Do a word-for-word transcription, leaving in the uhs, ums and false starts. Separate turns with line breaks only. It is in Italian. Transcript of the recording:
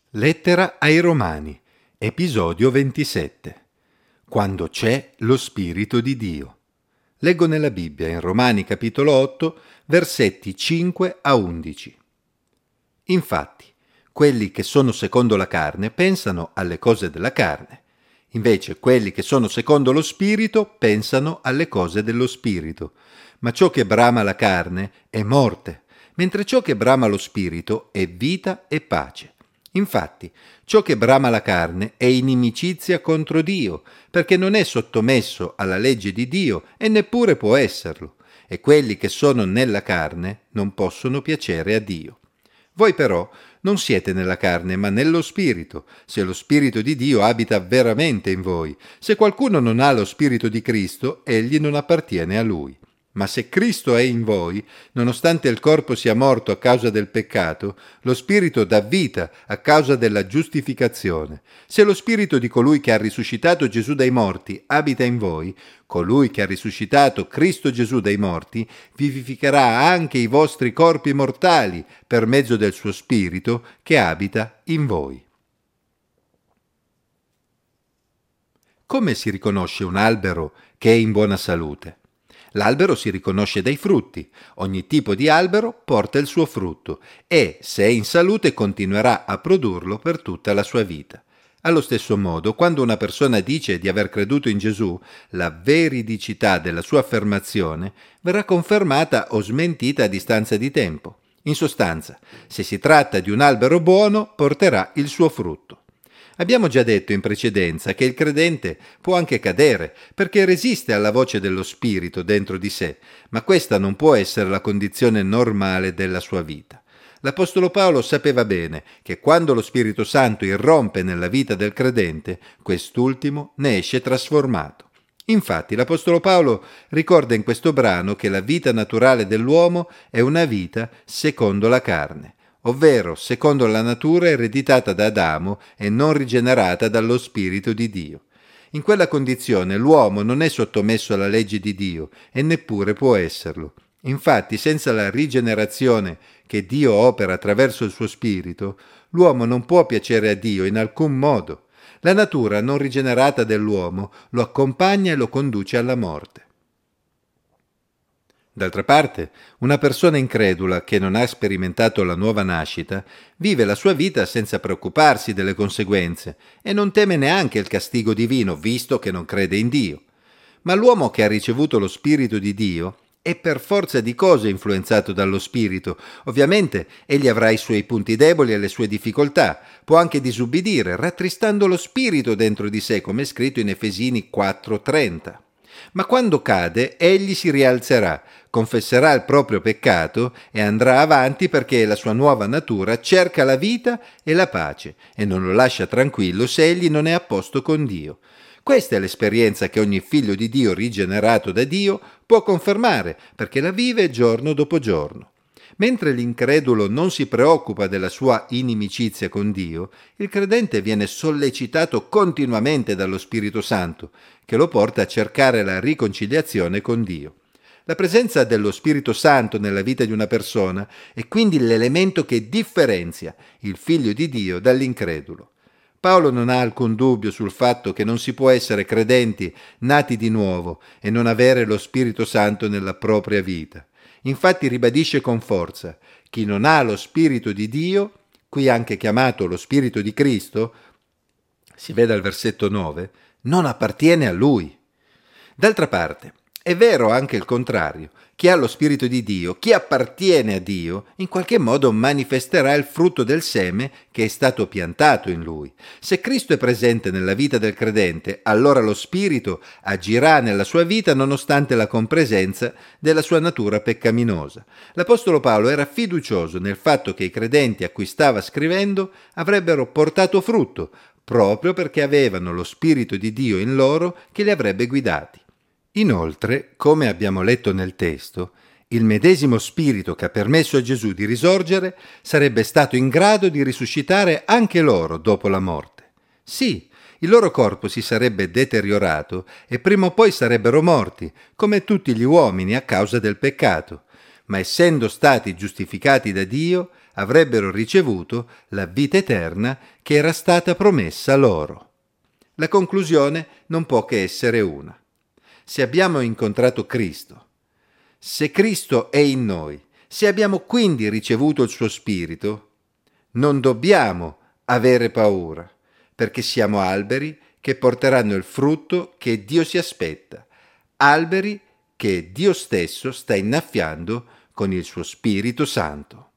Lettera ai Romani, episodio ventisette. Quando c'è lo Spirito di Dio. Leggo nella Bibbia, in Romani capitolo otto, versetti cinque a undici. Infatti, quelli che sono secondo la carne pensano alle cose della carne, invece quelli che sono secondo lo Spirito pensano alle cose dello Spirito. Ma ciò che brama la carne è morte, mentre ciò che brama lo Spirito è vita e pace. Infatti, ciò che brama la carne è inimicizia contro Dio, perché non è sottomesso alla legge di Dio e neppure può esserlo, e quelli che sono nella carne non possono piacere a Dio. Voi però non siete nella carne, ma nello Spirito, se lo Spirito di Dio abita veramente in voi. Se qualcuno non ha lo Spirito di Cristo, egli non appartiene a lui. Ma se Cristo è in voi, nonostante il corpo sia morto a causa del peccato, lo Spirito dà vita a causa della giustificazione. Se lo Spirito di colui che ha risuscitato Gesù dai morti abita in voi, colui che ha risuscitato Cristo Gesù dai morti vivificherà anche i vostri corpi mortali per mezzo del suo Spirito che abita in voi. Come si riconosce un albero che è in buona salute? L'albero si riconosce dai frutti. Ogni tipo di albero porta il suo frutto e, se è in salute, continuerà a produrlo per tutta la sua vita. Allo stesso modo, quando una persona dice di aver creduto in Gesù, la veridicità della sua affermazione verrà confermata o smentita a distanza di tempo. In sostanza, se si tratta di un albero buono, porterà il suo frutto. Abbiamo già detto in precedenza che il credente può anche cadere, perché resiste alla voce dello Spirito dentro di sé, ma questa non può essere la condizione normale della sua vita. L'Apostolo Paolo sapeva bene che quando lo Spirito Santo irrompe nella vita del credente, quest'ultimo ne esce trasformato. Infatti l'Apostolo Paolo ricorda in questo brano che la vita naturale dell'uomo è una vita secondo la carne, ovvero secondo la natura ereditata da Adamo e non rigenerata dallo Spirito di Dio. In quella condizione l'uomo non è sottomesso alla legge di Dio e neppure può esserlo. Infatti, senza la rigenerazione che Dio opera attraverso il suo Spirito, l'uomo non può piacere a Dio in alcun modo. La natura non rigenerata dell'uomo lo accompagna e lo conduce alla morte. D'altra parte, una persona incredula che non ha sperimentato la nuova nascita vive la sua vita senza preoccuparsi delle conseguenze e non teme neanche il castigo divino, visto che non crede in Dio. Ma l'uomo che ha ricevuto lo Spirito di Dio è per forza di cose influenzato dallo Spirito. Ovviamente egli avrà i suoi punti deboli e le sue difficoltà, può anche disubbidire, rattristando lo Spirito dentro di sé, come è scritto in Efesini quattro trenta. Ma quando cade, egli si rialzerà, confesserà il proprio peccato e andrà avanti perché la sua nuova natura cerca la vita e la pace e non lo lascia tranquillo se egli non è a posto con Dio. Questa è l'esperienza che ogni figlio di Dio rigenerato da Dio può confermare perché la vive giorno dopo giorno. Mentre l'incredulo non si preoccupa della sua inimicizia con Dio, il credente viene sollecitato continuamente dallo Spirito Santo, che lo porta a cercare la riconciliazione con Dio. La presenza dello Spirito Santo nella vita di una persona è quindi l'elemento che differenzia il figlio di Dio dall'incredulo. Paolo non ha alcun dubbio sul fatto che non si può essere credenti nati di nuovo e non avere lo Spirito Santo nella propria vita. Infatti ribadisce con forza: chi non ha lo Spirito di Dio, qui anche chiamato lo Spirito di Cristo, si vede al versetto nove, non appartiene a Lui. D'altra parte, è vero anche il contrario. Chi ha lo Spirito di Dio, chi appartiene a Dio, in qualche modo manifesterà il frutto del seme che è stato piantato in lui. Se Cristo è presente nella vita del credente, allora lo Spirito agirà nella sua vita nonostante la compresenza della sua natura peccaminosa. L'Apostolo Paolo era fiducioso nel fatto che i credenti a cui stava scrivendo avrebbero portato frutto, proprio perché avevano lo Spirito di Dio in loro che li avrebbe guidati. Inoltre, come abbiamo letto nel testo, il medesimo Spirito che ha permesso a Gesù di risorgere sarebbe stato in grado di risuscitare anche loro dopo la morte. Sì, il loro corpo si sarebbe deteriorato e prima o poi sarebbero morti, come tutti gli uomini a causa del peccato, ma essendo stati giustificati da Dio, avrebbero ricevuto la vita eterna che era stata promessa loro. La conclusione non può che essere una. Se abbiamo incontrato Cristo, se Cristo è in noi, se abbiamo quindi ricevuto il suo Spirito, non dobbiamo avere paura, perché siamo alberi che porteranno il frutto che Dio si aspetta, alberi che Dio stesso sta innaffiando con il suo Spirito Santo.